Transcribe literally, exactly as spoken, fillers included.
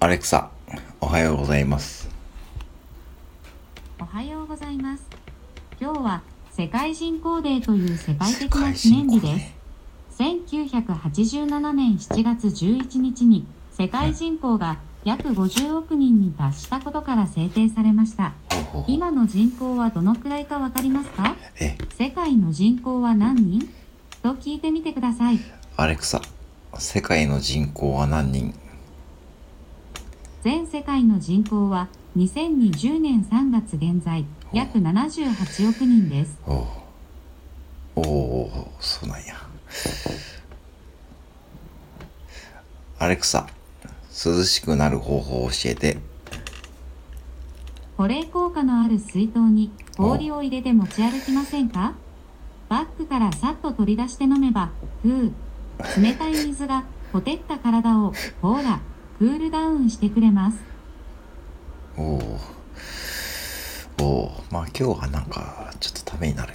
アレクサ、おはようございます。 おはようございます。今日は世界人口デーという世界的な記念日です。せんきゅうひゃくはちじゅうななねんしちがつじゅういちにちに世界人口が約ごじゅうおくにんに達したことから制定されました。今の人口はどのくらいかわかりますか？世界の人口は何人？と聞いてみてください。 アレクサ、世界の人口は何人？ 全世界の人口はにせんにじゅうねんさんがつ現在約ななじゅうはちおくにんです。 おおおお、そうなんや。アレクサ、涼しくなる方法を教えて。 保冷効果のある水筒に氷を入れて持ち歩きませんか？バッグからさっと取り出して飲めば、ふう、冷たい水がほてった体をほーら、クールダウンしてくれます。 おおおお、まあ今日はなんかちょっとためになる